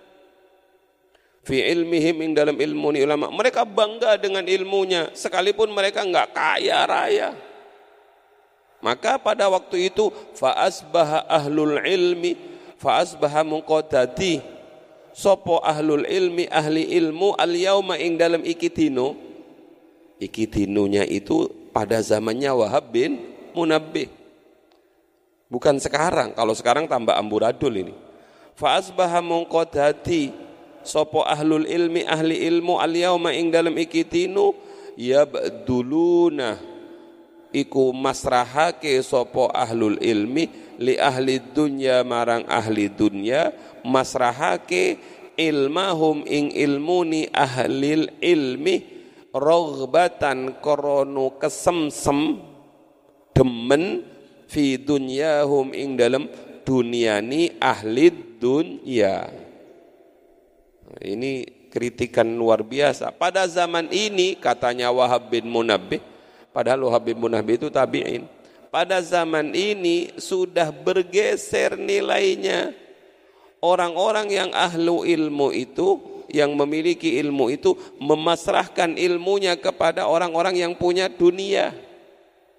Fi ilmihim ing dalam ilmu ni ulama, mereka bangga dengan ilmunya sekalipun mereka enggak kaya raya. Maka pada waktu itu fa asbaha ahlul ilmi, fa asbaha muqaddati sapa ahlul ilmi, ahli ilmu al yauma ing dalam ikitino. Ikitinunya itu pada zamannya Wahab bin Munabbih, bukan sekarang. Kalau sekarang tambah amburadul ini. Fa asbaha muqaddati sapa ahlul ilmi, ahli ilmu al yauma ing dalam ikitinu yabduluna iku masrahake sapa ahlul ilmi li ahli dunya marang ahli dunya, masrahake ilmahum ing ilmuni ahlil ilmi raghbatan koronu kesemsem demen fi dunyahum ing dalam duniani ahli dunya. Ini kritikan luar biasa. Pada zaman ini katanya Wahab bin Munabbih, padahal Wahab bin Munabbih itu tabi'in. Pada zaman ini sudah bergeser nilainya. Orang-orang yang ahlu ilmu itu, yang memiliki ilmu itu memasrahkan ilmunya kepada orang-orang yang punya dunia.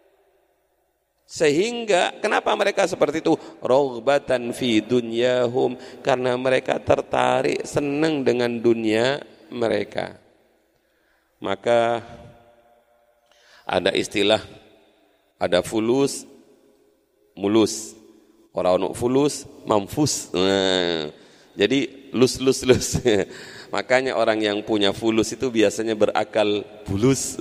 Sehingga kenapa mereka seperti itu? Raghbatan fi dunyahum, karena mereka tertarik, senang dengan dunia mereka. Maka ada istilah, ada fulus, mulus. Orang fulus, mamfus. Jadi lus. Makanya orang yang punya fulus itu biasanya berakal bulus.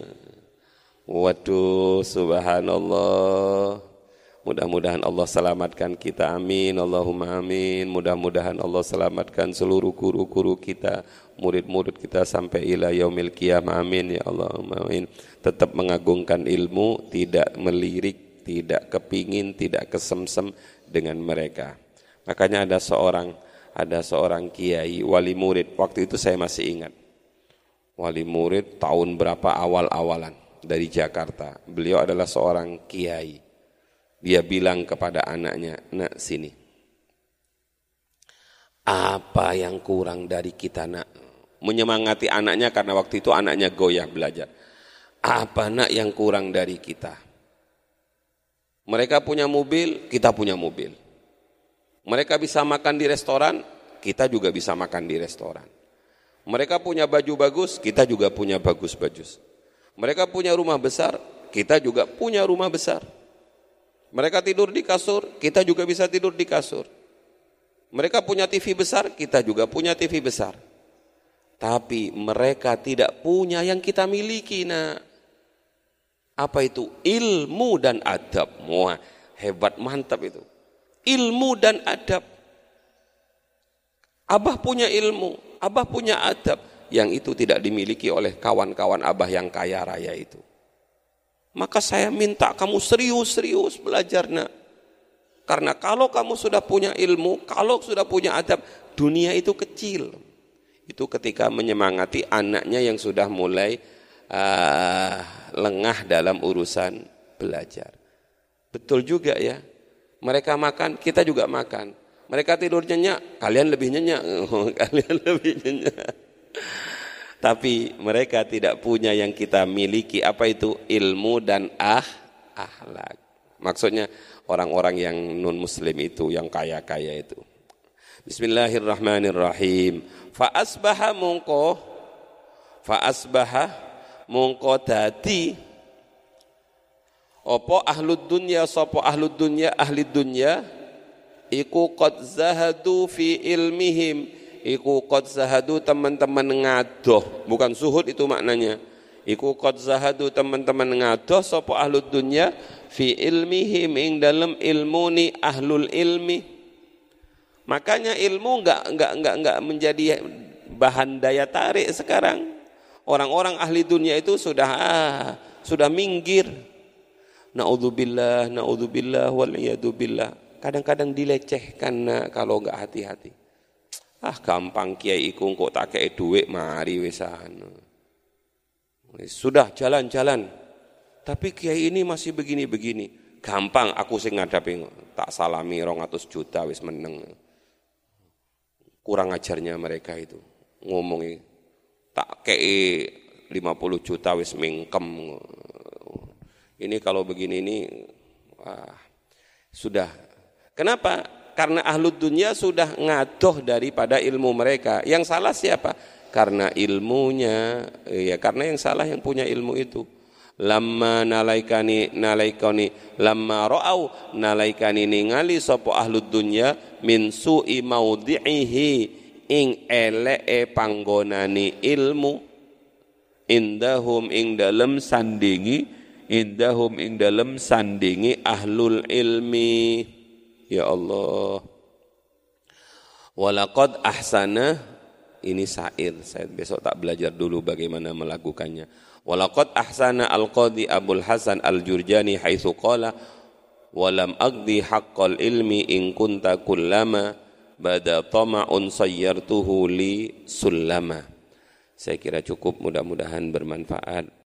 Waduh, subhanallah. Mudah-mudahan Allah selamatkan kita, amin, Allahumma amin. Mudah-mudahan Allah selamatkan seluruh guru-guru kita, murid-murid kita sampai ila yaumil qiyamah, amin ya Allahumma amin. Tetap mengagungkan ilmu, tidak melirik, tidak kepingin, tidak kesemsem dengan mereka. Makanya ada seorang kiai wali murid, waktu itu saya masih ingat. Wali murid tahun berapa awal-awalan dari Jakarta. Beliau adalah seorang kiai. Dia bilang kepada anaknya, "Nak, sini. Apa yang kurang dari kita, Nak?" Menyemangati anaknya karena waktu itu anaknya goyah belajar. Apa, Nak, yang kurang dari kita? Mereka punya mobil, kita punya mobil. Mereka bisa makan di restoran, kita juga bisa makan di restoran. Mereka punya baju bagus, kita juga punya bagus-bagus. Mereka punya rumah besar, kita juga punya rumah besar. Mereka tidur di kasur, kita juga bisa tidur di kasur. Mereka punya TV besar, kita juga punya TV besar. Tapi mereka tidak punya yang kita miliki, Nak. Apa itu? Ilmu dan adab. Wah, hebat, mantap itu. Ilmu dan adab. Abah punya ilmu, Abah punya adab. Yang itu tidak dimiliki oleh kawan-kawan Abah yang kaya raya itu. Maka saya minta kamu serius-serius belajar, Nak. Karena kalau kamu sudah punya ilmu, kalau sudah punya adab, dunia itu kecil. Itu ketika menyemangati anaknya yang sudah mulai lengah dalam urusan belajar. Betul juga ya. Mereka makan, kita juga makan. Mereka tidur nyenyak, kalian lebih nyenyak. Kalian lebih nyenyak. Tapi mereka tidak punya yang kita miliki. Apa itu? Ilmu dan akhlak. Maksudnya orang-orang yang non muslim itu, yang kaya-kaya itu. Bismillahirrahmanirrahim. Fa asbaha mongko dadi apa ahlud dunya, sapa ahlud dunya, ahli dunya iku qad zahadu fi ilmihim, iku qad zahadu teman-teman ngadoh, bukan zuhud itu maknanya. Iku qad zahadu teman-teman ngadoh sapa ahlud dunya fi ilmihim, ing dalam ilmuni ahlul ilmi. Makanya ilmu enggak menjadi bahan daya tarik sekarang. Orang-orang ahli dunia itu sudah minggir. Naudzubillah wal iyadu billah. Kadang-kadang dilecehkan, Nak, kalau enggak hati-hati. Gampang kiai iku kok tak kei dhuwit mari wisan. Sudah jalan-jalan. Tapi kiai ini masih begini-begini. Gampang aku sing ngadapi, tak salami 200 juta wis meneng. Kurang ajarnya mereka itu. Ngomongi tak kei 50 juta wis mingkem. Ini kalau begini ini sudah. Kenapa? Karena ahlud dunya sudah ngadoh daripada ilmu mereka. Yang salah siapa? Karena ilmunya, ya karena yang salah yang punya ilmu itu. Lamma nalaikani lamma ra'au nalaikani ningali sapa ahlud dunya min su'i maudhi'ihi ing eleke panggonane ilmu indahum ing dalem sandingi ahlul ilmi. Ya Allah, walaqad ahsana, ini syair, saya besok tak belajar dulu bagaimana melakukannya. Walaqad ahsana al-qadi Abul Hasan al-Jurjani haitsu qala walam aqdi haqqal ilmi in kunta kullama bada tama'un sayyartuhu li sullama. Saya kira cukup, mudah-mudahan bermanfaat.